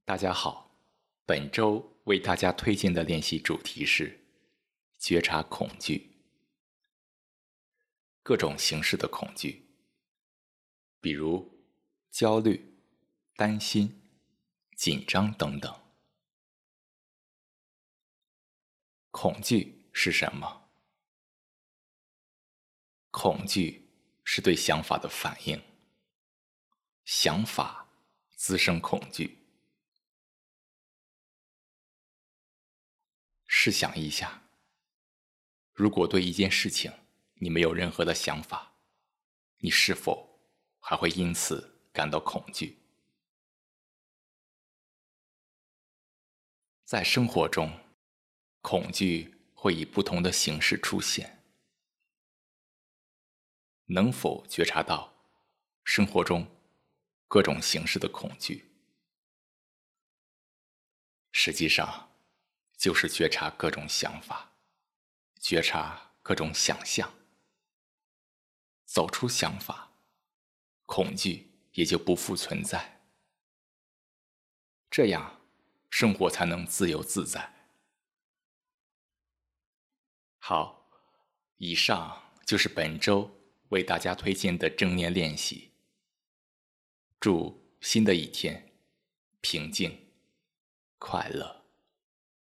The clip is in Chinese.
大家好，本周为大家推荐的练习主题是觉察恐惧，各种形式的恐惧，比如焦虑、担心、紧张等等。恐惧是什么？恐惧是对想法的反应，想法滋生恐惧。试想一下，如果对一件事情你没有任何的想法，你是否还会因此感到恐惧？在生活中，恐惧会以不同的形式出现。能否觉察到生活中各种形式的恐惧？实际上，就是觉察各种想法，觉察各种想象。走出想法，恐惧也就不复存在。这样，生活才能自由自在。好，以上就是本周为大家推荐的正念练习。祝新的一天平静、快乐。